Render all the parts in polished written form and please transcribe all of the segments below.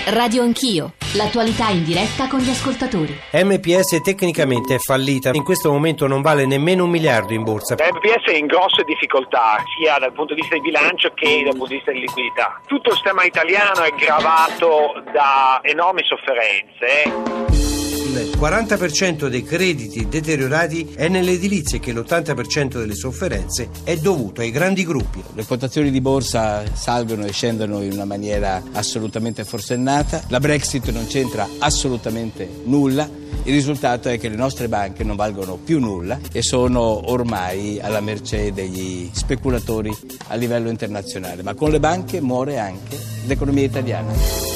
Radio Anch'io, l'attualità in diretta con gli ascoltatori. MPS tecnicamente è fallita, in questo momento non vale nemmeno 1 miliardo in borsa. MPS è in grosse difficoltà, sia dal punto di vista di bilancio che dal punto di vista di liquidità. Tutto il sistema italiano è gravato da enormi sofferenze. Il 40% dei crediti deteriorati è nell'edilizia, che l'80% delle sofferenze è dovuto ai grandi gruppi. Le quotazioni di borsa salgono e scendono in una maniera assolutamente forsennata, la Brexit non c'entra assolutamente nulla, il risultato è che le nostre banche non valgono più nulla e sono ormai alla mercé degli speculatori a livello internazionale, ma con le banche muore anche l'economia italiana.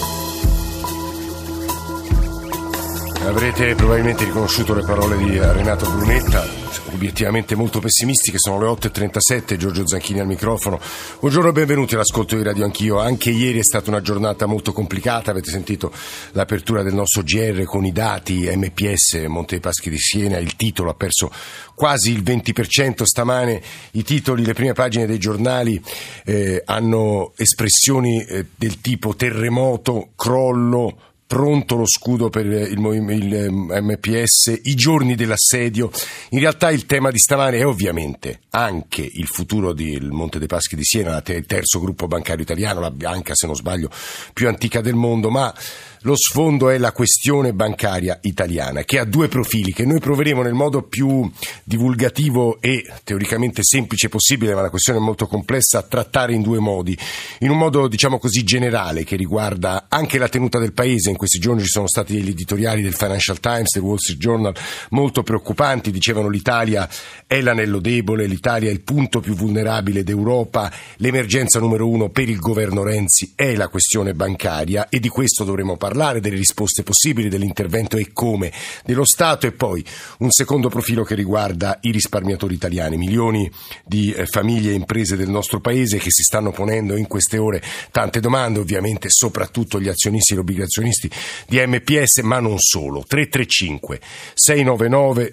Avrete probabilmente riconosciuto le parole di Renato Brunetta, obiettivamente molto pessimistiche. Sono le 8.37, Giorgio Zanchini al microfono. Buongiorno e benvenuti all'ascolto di Radio Anch'io. Anche ieri è stata una giornata molto complicata, avete sentito l'apertura del nostro GR con i dati MPS, Monte dei Paschi di Siena, il titolo ha perso quasi il 20%, stamane i titoli, le prime pagine dei giornali hanno espressioni del tipo terremoto, crollo, pronto lo scudo per il MPS, i giorni dell'assedio. In realtà il tema di stamane è ovviamente anche il futuro del Monte dei Paschi di Siena, il terzo gruppo bancario italiano, la banca, se non sbaglio, più antica del mondo, ma lo sfondo è la questione bancaria italiana, che ha due profili che noi proveremo nel modo più divulgativo e teoricamente semplice possibile, ma la questione è molto complessa, a trattare in due modi. In un modo, diciamo così, generale, che riguarda anche la tenuta del paese. In questi giorni ci sono stati degli editoriali del Financial Times, del Wall Street Journal, molto preoccupanti. Dicevano: l'Italia è l'anello debole, l'Italia è il punto più vulnerabile d'Europa, l'emergenza numero uno per il governo Renzi è la questione bancaria, e di questo dovremo parlare, delle risposte possibili, dell'intervento e come dello Stato. E poi un secondo profilo che riguarda i risparmiatori italiani, milioni di famiglie e imprese del nostro paese che si stanno ponendo in queste ore tante domande, ovviamente soprattutto gli azionisti e gli obbligazionisti di MPS, ma non solo. 335 699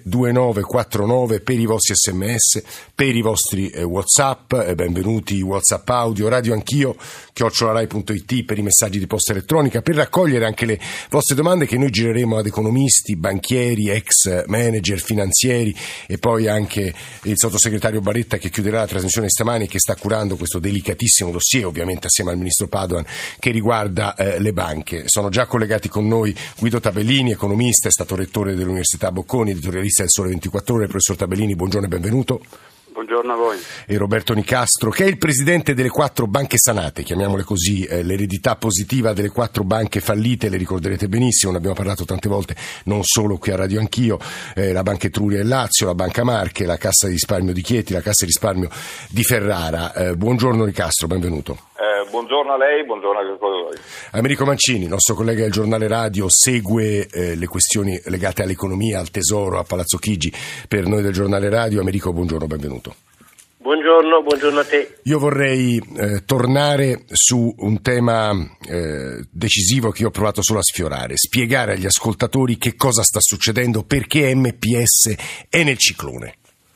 2949 per i vostri sms, per i vostri WhatsApp, benvenuti WhatsApp audio, Radio Anch'io @rai.it per i messaggi di posta elettronica, per raccogliere anche le vostre domande che noi gireremo ad economisti, banchieri, ex manager finanzieri e poi anche il sottosegretario Baretta, che chiuderà la trasmissione stamani e che sta curando questo delicatissimo dossier, ovviamente assieme al ministro Padoan, che riguarda le banche. Sono già collegati con noi Guido Tabellini, economista, è stato rettore dell'Università Bocconi, editorialista del Sole 24 Ore. Professor Tabellini, buongiorno e benvenuto. Buongiorno a voi. E Roberto Nicastro, che è il presidente delle 4 banche sanate, chiamiamole così, l'eredità positiva delle 4 banche fallite, le ricorderete benissimo, ne abbiamo parlato tante volte, non solo qui a Radio Anch'io, la Banca Etruria e Lazio, la Banca Marche, la Cassa di Risparmio di Chieti, la Cassa di Risparmio di Ferrara. Buongiorno Nicastro, benvenuto. Buongiorno a lei, buongiorno a voi. Americo Mancini, nostro collega del giornale radio, segue le questioni legate all'economia, al tesoro, a Palazzo Chigi per noi del giornale radio. Americo, buongiorno, benvenuto. Buongiorno a te. Io vorrei tornare su un tema decisivo che io ho provato solo a sfiorare, spiegare agli ascoltatori che cosa sta succedendo, perché MPS è nel ciclone.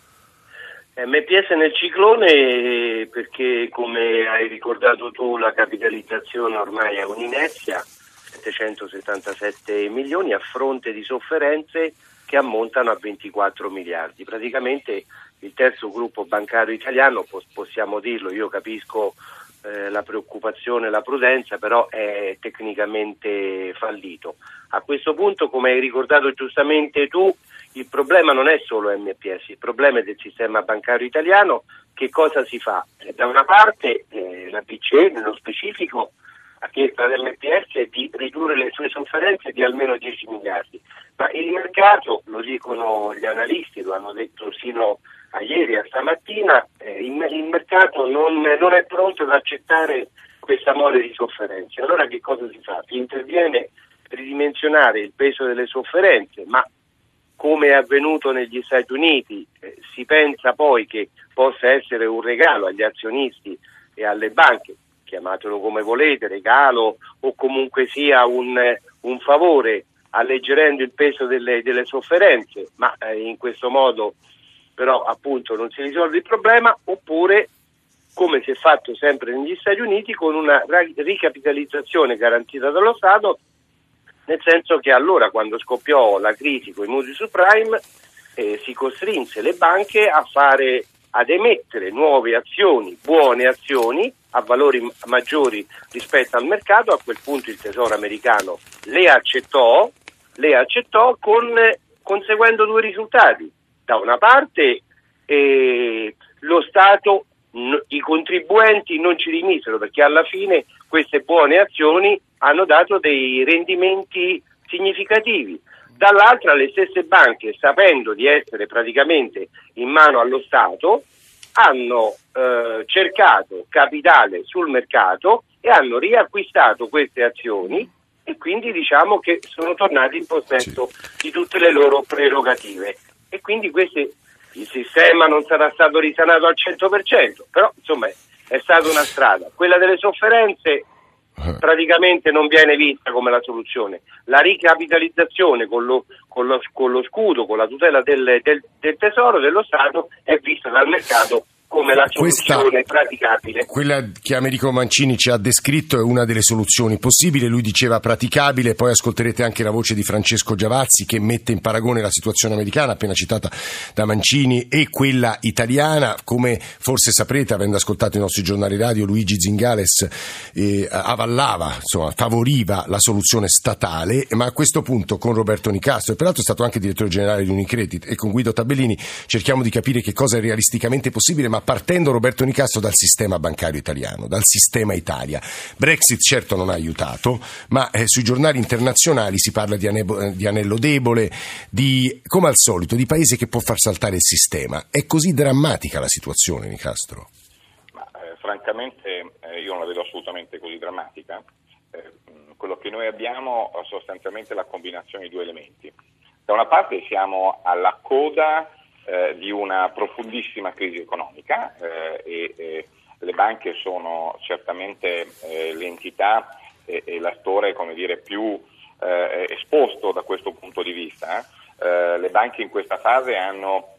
MPS nel ciclone perché, come hai ricordato tu, la capitalizzazione ormai è un'inerzia, 777 milioni a fronte di sofferenze che ammontano a 24 miliardi. Praticamente il terzo gruppo bancario italiano, possiamo dirlo, io capisco la preoccupazione e la prudenza, però è tecnicamente fallito. A questo punto, come hai ricordato giustamente tu, il problema non è solo MPS, il problema è del sistema bancario italiano. Che cosa si fa? Da una parte la BCE, nello specifico, ha chiesto all'MPS di ridurre le sue sofferenze di almeno 10 miliardi, ma il mercato, lo dicono gli analisti, lo hanno detto sino a ieri, a stamattina, il mercato non è pronto ad accettare questa mole di sofferenze. Allora che cosa si fa? Si interviene per ridimensionare il peso delle sofferenze, ma come è avvenuto negli Stati Uniti, si pensa poi che possa essere un regalo agli azionisti e alle banche, chiamatelo come volete, regalo o comunque sia un favore, alleggerendo il peso delle sofferenze, ma in questo modo però appunto non si risolve il problema, oppure come si è fatto sempre negli Stati Uniti, con una ricapitalizzazione garantita dallo Stato, nel senso che allora, quando scoppiò la crisi con i mutui subprime, si costrinse le banche ad emettere nuove azioni, buone azioni, a valori maggiori rispetto al mercato. A quel punto il Tesoro americano le accettò conseguendo due risultati. Da una parte lo Stato, i contribuenti non ci rimisero, perché alla fine queste buone azioni hanno dato dei rendimenti significativi. Dall'altra, le stesse banche, sapendo di essere praticamente in mano allo Stato, hanno cercato capitale sul mercato e hanno riacquistato queste azioni, e quindi diciamo che sono tornati in possesso di tutte le loro prerogative. E quindi il sistema non sarà stato risanato al 100%, però insomma è stata una strada. Quella delle sofferenze praticamente non viene vista come la soluzione. La ricapitalizzazione con lo scudo, con la tutela del tesoro dello Stato, è vista dal mercato come la soluzione praticabile. Quella che Americo Mancini ci ha descritto è una delle soluzioni possibili. Lui diceva praticabile, poi ascolterete anche la voce di Francesco Giavazzi, che mette in paragone la situazione americana appena citata da Mancini e quella italiana. Come forse saprete, avendo ascoltato i nostri giornali radio, Luigi Zingales avallava, insomma favoriva la soluzione statale, ma a questo punto con Roberto Nicastro, e peraltro è stato anche direttore generale di Unicredit, e con Guido Tabellini cerchiamo di capire che cosa è realisticamente possibile, ma partendo, Roberto Nicastro, dal sistema bancario italiano, dal sistema Italia. Brexit certo non ha aiutato, ma sui giornali internazionali si parla di anello debole, come al solito, di paese che può far saltare il sistema. È così drammatica la situazione, Nicastro? Francamente io non la vedo assolutamente così drammatica. Quello che noi abbiamo è sostanzialmente la combinazione di due elementi. Da una parte siamo alla coda di una profondissima crisi economica e le banche sono certamente l'entità e l'attore, come dire, più esposto da questo punto di vista. Le banche in questa fase hanno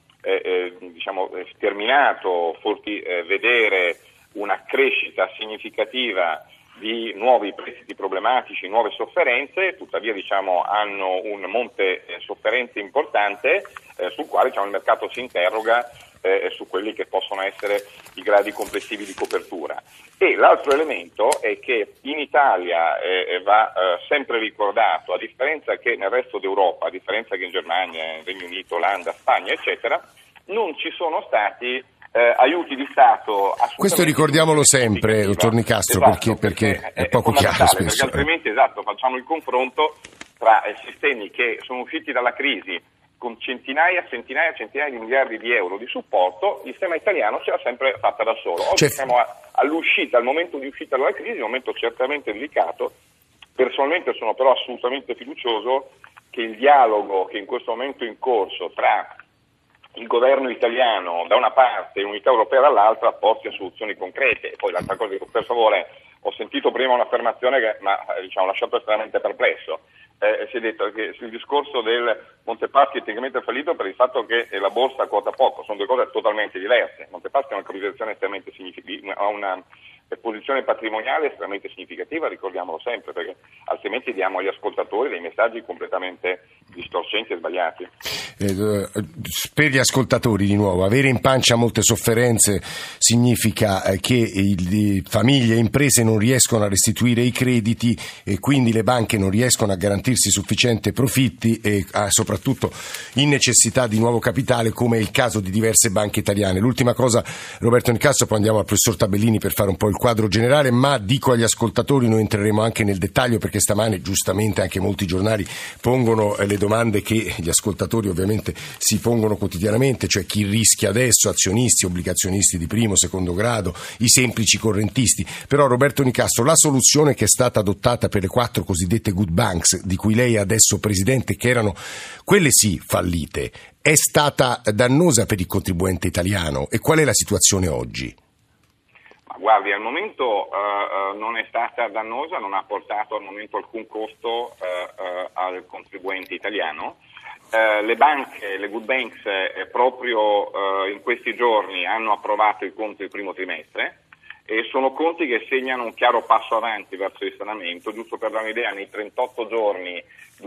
terminato vedere una crescita significativa di nuovi prestiti problematici, nuove sofferenze, tuttavia hanno un monte sofferenze importante sul quale il mercato si interroga su quelli che possono essere i gradi complessivi di copertura. E l'altro elemento è che in Italia va sempre ricordato, a differenza che nel resto d'Europa, a differenza che in Germania, Regno Unito, Olanda, Spagna, eccetera, non ci sono stati aiuti di Stato. Questo ricordiamolo sempre, dottor Nicastro, esatto, perché è poco chiaro spesso. Perché altrimenti facciamo il confronto tra sistemi che sono usciti dalla crisi con centinaia di miliardi di euro di supporto. Il sistema italiano ce l'ha sempre fatta da solo. Oggi siamo all'uscita, al momento di uscita dalla crisi, un momento certamente delicato. Personalmente sono però assolutamente fiducioso che il dialogo che in questo momento è in corso tra il governo italiano da una parte e l'unità europea dall'altra porti a soluzioni concrete. E poi l'altra cosa, per favore, ho sentito prima un'affermazione che mi ha lasciato estremamente perplesso. Si è detto che il discorso del Montepaschi è tecnicamente fallito per il fatto che la borsa quota poco. Sono due cose totalmente diverse. Montepaschi ha una capitalizzazione estremamente significativa, ha una posizione patrimoniale estremamente significativa, ricordiamolo sempre, perché altrimenti diamo agli ascoltatori dei messaggi completamente distorcenti e sbagliati. Per gli ascoltatori, di nuovo, avere in pancia molte sofferenze significa che famiglie e imprese non riescono a restituire i crediti e quindi le banche non riescono a garantirsi sufficienti profitti e soprattutto in necessità di nuovo capitale, come è il caso di diverse banche italiane. L'ultima cosa, Roberto Nicastro, poi andiamo al professor Tabellini per fare un po' il quadro generale, ma dico agli ascoltatori, noi entreremo anche nel dettaglio perché stamane giustamente anche molti giornali pongono le domande che gli ascoltatori ovviamente si pongono quotidianamente, cioè chi rischia adesso, azionisti, obbligazionisti di primo, secondo grado, i semplici correntisti. Però Roberto Nicastro, la soluzione che è stata adottata per le 4 cosiddette good banks di cui lei è adesso presidente, che erano quelle sì fallite, è stata dannosa per il contribuente italiano? E qual è la situazione oggi? Guardi, al momento non è stata dannosa, non ha portato al momento alcun costo al contribuente italiano. Le banche, le good banks, proprio in questi giorni hanno approvato i conti del primo trimestre, sono conti che segnano un chiaro passo avanti verso il risanamento. Giusto per dare un'idea, nei 38 giorni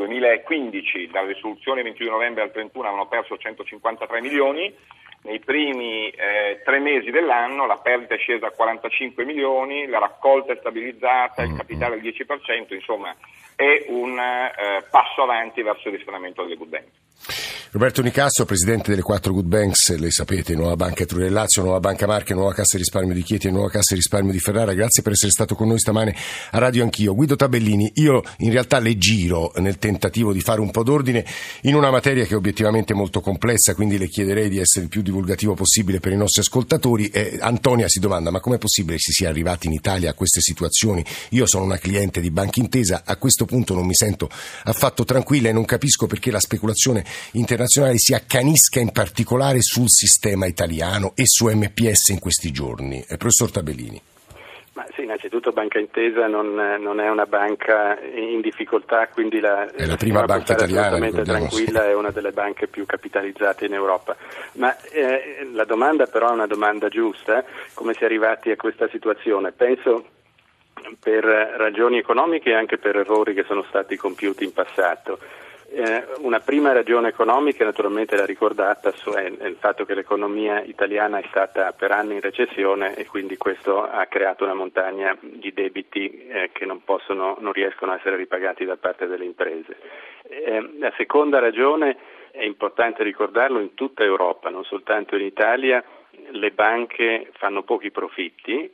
2015, dalla risoluzione 22 novembre al 31, hanno perso 153 milioni, nei primi 3 mesi dell'anno la perdita è scesa a 45 milioni, la raccolta è stabilizzata, il capitale al 10%, insomma è un passo avanti verso il risanamento delle good banks. Roberto Nicastro, presidente delle 4 Good Banks, le sapete, Nuova Banca Etruria del Lazio, Nuova Banca Marche, Nuova Cassa Risparmio di Chieti e Nuova Cassa Risparmio di Ferrara. Grazie per essere stato con noi stamane a Radio Anch'io. Guido Tabellini, io in realtà le giro nel tentativo di fare un po' d'ordine in una materia che è obiettivamente molto complessa, quindi le chiederei di essere il più divulgativo possibile per i nostri ascoltatori. Antonia si domanda: ma com'è possibile si sia arrivati in Italia a queste situazioni? Io sono una cliente di Banca Intesa, a questo punto non mi sento affatto tranquilla e non capisco perché la speculazione internazionale si accanisca in particolare sul sistema italiano e su MPS in questi giorni. Professor Tabellini. Ma sì, innanzitutto Banca Intesa non è una banca in difficoltà, quindi è la prima banca italiana, assolutamente tranquilla, è una delle banche più capitalizzate in Europa. Ma la domanda però è una domanda giusta: come si è arrivati a questa situazione? Penso per ragioni economiche e anche per errori che sono stati compiuti in passato. Una prima ragione economica, naturalmente l'ha ricordata, è il fatto che l'economia italiana è stata per anni in recessione e quindi questo ha creato una montagna di debiti che non riescono a essere ripagati da parte delle imprese. La seconda ragione, è importante ricordarlo, in tutta Europa, non soltanto in Italia, le banche fanno pochi profitti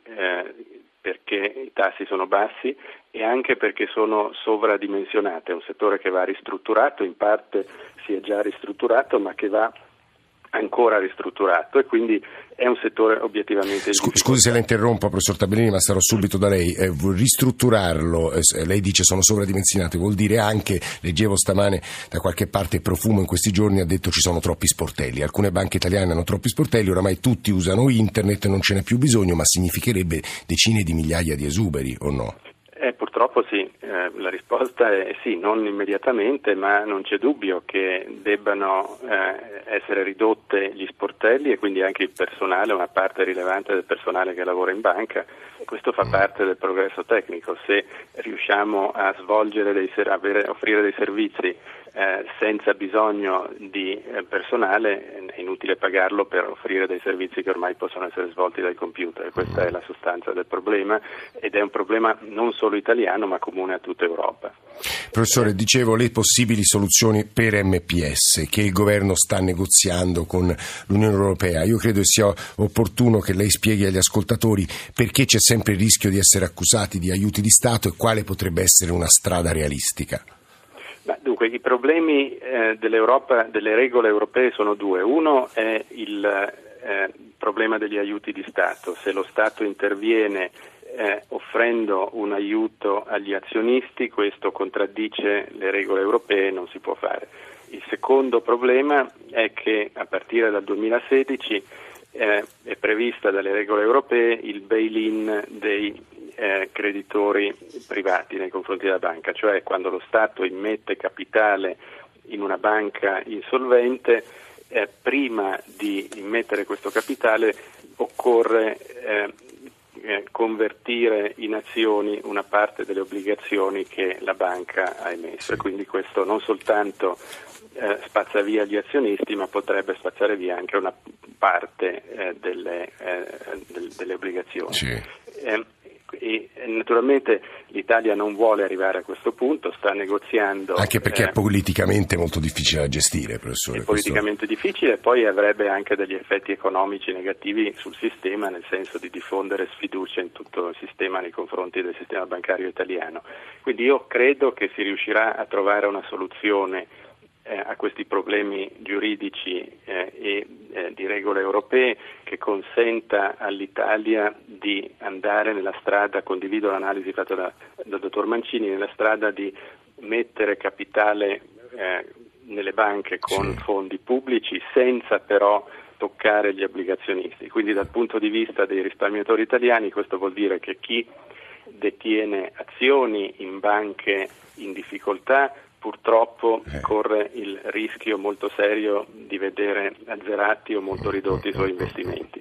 perché i tassi sono bassi e anche perché sono sovradimensionate. È un settore che va ristrutturato, in parte si è già ristrutturato, ma che va ancora ristrutturato e quindi è un settore obiettivamente Scusi se la interrompo, professor Tabellini, ma starò subito da lei. Ristrutturarlo, lei dice sono sovradimensionate, vuol dire anche, leggevo stamane da qualche parte, Profumo in questi giorni ha detto ci sono troppi sportelli, alcune banche italiane hanno troppi sportelli, oramai tutti usano internet, non ce n'è più bisogno, ma significherebbe decine di migliaia di esuberi, o no? Purtroppo sì, la risposta è sì, non immediatamente, ma non c'è dubbio che debbano essere ridotte gli sportelli e quindi anche il personale, una parte rilevante del personale che lavora in banca. Questo fa parte del progresso tecnico. Se riusciamo a svolgere offrire dei servizi senza bisogno di personale, è inutile pagarlo per offrire dei servizi che ormai possono essere svolti dai computer. Questa è la sostanza del problema ed è un problema non solo italiano ma comune a tutta Europa. Professore, dicevo le possibili soluzioni per MPS che il governo sta negoziando con l'Unione Europea. Io credo sia opportuno che lei spieghi agli ascoltatori perché c'è sempre il rischio di essere accusati di aiuti di Stato e quale potrebbe essere una strada realistica. Dunque, i problemi dell'Europa, delle regole europee sono due. Uno è il problema degli aiuti di Stato. Se lo Stato interviene offrendo un aiuto agli azionisti, questo contraddice le regole europee e non si può fare. Il secondo problema è che a partire dal 2016 è prevista dalle regole europee il bail-in dei creditori privati nei confronti della banca, cioè quando lo Stato immette capitale in una banca insolvente, prima di immettere questo capitale occorre convertire in azioni una parte delle obbligazioni che la banca ha emesso e quindi questo non soltanto spazza via gli azionisti ma potrebbe spazzare via anche una parte delle obbligazioni. Sì. E naturalmente l'Italia non vuole arrivare a questo punto, sta negoziando. Anche perché è politicamente molto difficile da gestire, professore. È politicamente difficile e poi avrebbe anche degli effetti economici negativi sul sistema, nel senso di diffondere sfiducia in tutto il sistema nei confronti del sistema bancario italiano. Quindi io credo che si riuscirà a trovare una soluzione a questi problemi giuridici e di regole europee che consenta all'Italia di andare nella strada, condivido l'analisi fatta dal dottor Mancini, nella strada di mettere capitale nelle banche con fondi pubblici senza però toccare gli obbligazionisti. Quindi dal punto di vista dei risparmiatori italiani questo vuol dire che chi detiene azioni in banche in difficoltà purtroppo corre il rischio molto serio di vedere azzerati o molto ridotti i suoi investimenti.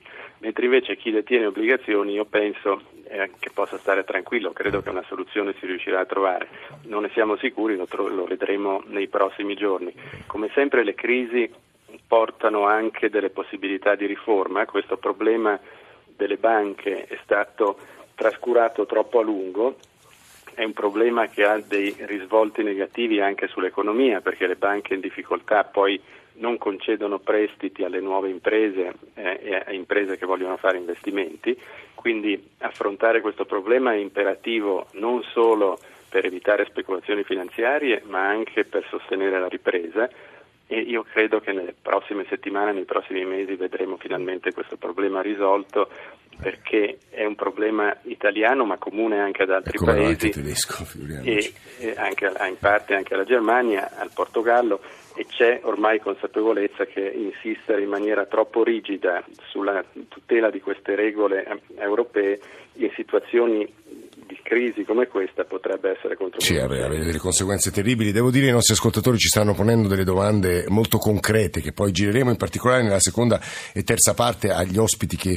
mentre invece chi detiene obbligazioni io penso che possa stare tranquillo, credo che una soluzione si riuscirà a trovare. Non ne siamo sicuri, lo vedremo nei prossimi giorni. Come sempre le crisi portano anche delle possibilità di riforma. Questo problema delle banche è stato trascurato troppo a lungo, è un problema che ha dei risvolti negativi anche sull'economia, perché le banche in difficoltà poi non concedono prestiti alle nuove imprese e a imprese che vogliono fare investimenti, quindi affrontare questo problema è imperativo non solo per evitare speculazioni finanziarie ma anche per sostenere la ripresa, e io credo che nelle prossime settimane, nei prossimi mesi vedremo finalmente questo problema risolto, perché è un problema italiano ma comune anche ad altri paesi, tedesco, e anche in parte anche alla Germania, al Portogallo, e c'è ormai consapevolezza che insistere in maniera troppo rigida sulla tutela di queste regole europee in situazioni di crisi come questa potrebbe essere controproducente. Sì, avere delle conseguenze terribili. Devo dire che i nostri ascoltatori ci stanno ponendo delle domande molto concrete che poi gireremo in particolare nella seconda e terza parte agli ospiti che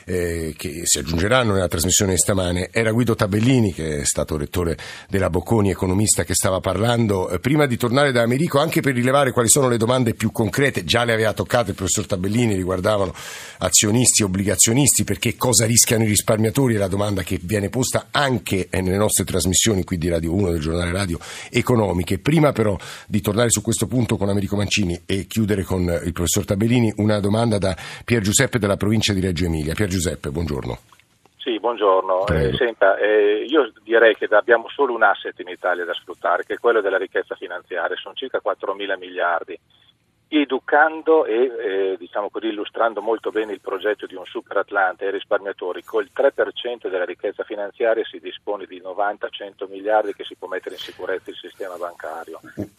si aggiungeranno nella trasmissione di stamane. Era Guido Tabellini, che è stato rettore della Bocconi, economista, che stava parlando. Prima di tornare da Americo, anche per rilevare quali sono le domande più concrete, già le aveva toccate il professor Tabellini, riguardavano azionisti, obbligazionisti, perché cosa rischiano i risparmiatori, è la domanda che viene posta anche nelle nostre trasmissioni qui di Radio 1 del giornale radio economiche. Prima però di tornare su questo punto con Americo Mancini e chiudere con il professor Tabellini, una domanda da Pier Giuseppe della provincia di Reggio Emilia. Pier Giuseppe, buongiorno. Sì, buongiorno. Senta, io direi che abbiamo solo un asset in Italia da sfruttare, che è quello della ricchezza finanziaria. Sono circa 4.000 miliardi. Educando e diciamo così illustrando molto bene il progetto di un super Atlante ai risparmiatori, col 3% della ricchezza finanziaria si dispone di 90-100 miliardi che si può mettere in sicurezza il sistema bancario.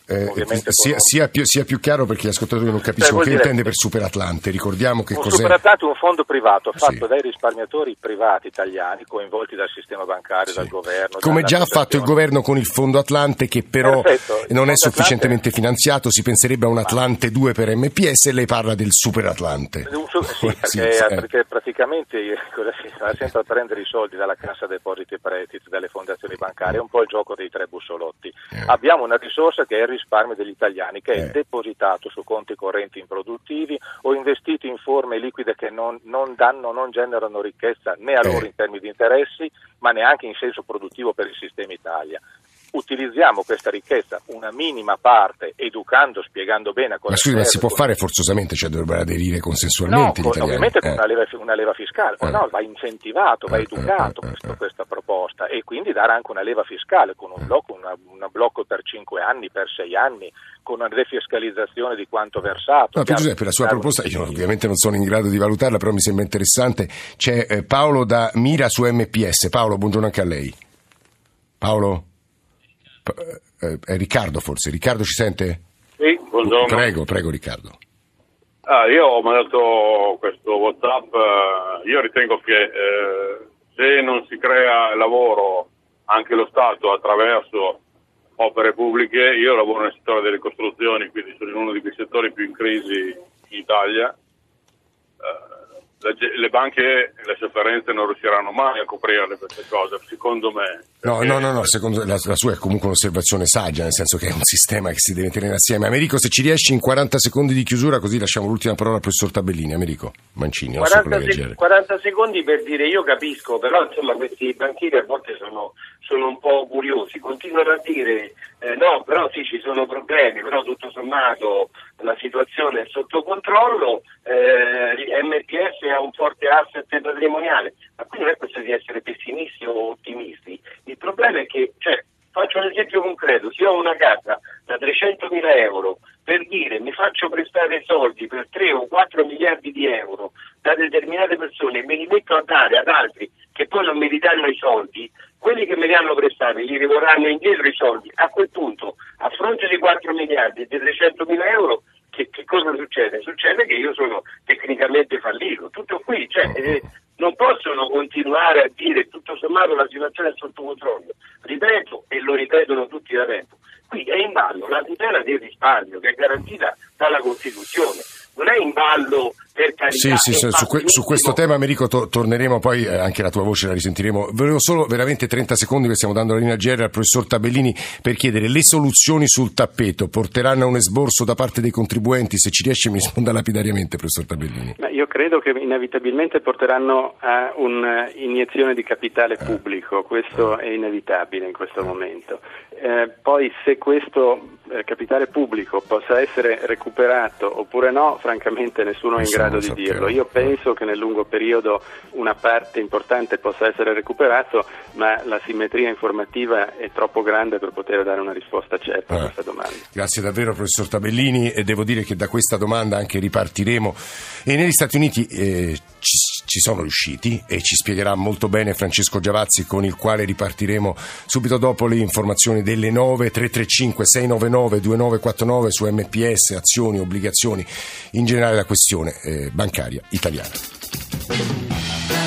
Sia più chiaro, perché gli ascoltatori non capiscono che intende per super Atlante. Ricordiamo che cos'è. Super Atlante è un fondo privato fatto dai risparmiatori privati italiani coinvolti dal sistema bancario, dal governo. Come già ha fatto il governo con il fondo Atlante, che però non è sufficientemente finanziato. Si penserebbe a un Atlante 2 per MPS, e lei parla del super Atlante. Perché praticamente si va sempre a prendere i soldi dalla Cassa Depositi e Prestiti, dalle fondazioni bancarie, è un po' il gioco dei tre bussolotti. Abbiamo una risorsa che è il risparmio degli italiani, che è depositato su conti correnti improduttivi o investiti in forme liquide che non generano ricchezza né a loro in termini di interessi, ma neanche in senso produttivo per il sistema Italia. Utilizziamo questa ricchezza, una minima parte, educando, spiegando bene a cosa. Ma scusi, ma si può fare forzosamente, cioè dovrebbero aderire consensualmente gli italiani? Ovviamente con una leva fiscale, no, va incentivato, va educato questa proposta, e quindi dare anche una leva fiscale con un blocco per 5 anni, per 6 anni, con una defiscalizzazione di quanto versato. No, per Giuseppe, la sua proposta, io ovviamente non sono in grado di valutarla, però mi sembra interessante. C'è Paolo da Mira su MPS. Paolo, buongiorno anche a lei. Paolo? È Riccardo forse. Riccardo ci sente? Sì, buongiorno. Prego Riccardo. Io ho mandato questo WhatsApp. Io ritengo che se non si crea lavoro anche lo Stato attraverso opere pubbliche, io lavoro nel settore delle costruzioni, quindi sono in uno di quei settori più in crisi in Italia. Le banche e le sofferenze non riusciranno mai a coprirle queste cose, secondo me. No, secondo la sua è comunque un'osservazione saggia, nel senso che è un sistema che si deve tenere assieme. Americo, se ci riesci in 40 secondi di chiusura, così lasciamo l'ultima parola al professor Tabellini. Americo Mancini, 40 secondi per dire: io capisco, però insomma questi banchieri a volte sono un po' curiosi, continuano a dire no, però sì, ci sono problemi, però tutto sommato la situazione è sotto controllo, MPS ha un forte asset patrimoniale, ma qui non è questione di essere pessimisti o ottimisti. Il problema è che, faccio un esempio concreto: se ho una casa da 300.000 euro, per dire mi faccio prestare soldi per 3 o 4 miliardi di euro da determinate persone e me li metto a dare ad altri che poi non mi ridanno i soldi, quelli che me li hanno prestati gli rivorranno indietro i soldi. A quel punto, a fronte di 4 miliardi e di 300.000 euro, che cosa succede? Succede che io sono tecnicamente fallito. Tutto qui, non possono continuare a dire tutto sommato la situazione è sotto controllo. Ripeto, e lo ripetono tutti da tempo, qui è in ballo la tutela del risparmio che è garantita dalla Costituzione. Non è in ballo Per carità, su questo tema, Americo, torneremo, poi anche la tua voce la risentiremo. Volevo solo veramente 30 secondi, che stiamo dando la linea GR al professor Tabellini, per chiedere le soluzioni sul tappeto. Porteranno a un esborso da parte dei contribuenti? Se ci riesce mi risponda lapidariamente, professor Tabellini. Ma io credo che inevitabilmente porteranno a un'iniezione di capitale pubblico, questo è inevitabile in questo momento. Poi se questo capitale pubblico possa essere recuperato oppure no, francamente nessuno è in grado di dirlo. Io penso che nel lungo periodo una parte importante possa essere recuperato, ma la simmetria informativa è troppo grande per poter dare una risposta certa a questa domanda. Grazie davvero, professor Tabellini, e devo dire che da questa domanda anche ripartiremo, e negli Stati Uniti ci sono riusciti, e ci spiegherà molto bene Francesco Giavazzi, con il quale ripartiremo subito dopo le informazioni delle 9. 335 699 2949 su MPS, azioni, obbligazioni, in generale la questione bancaria italiana.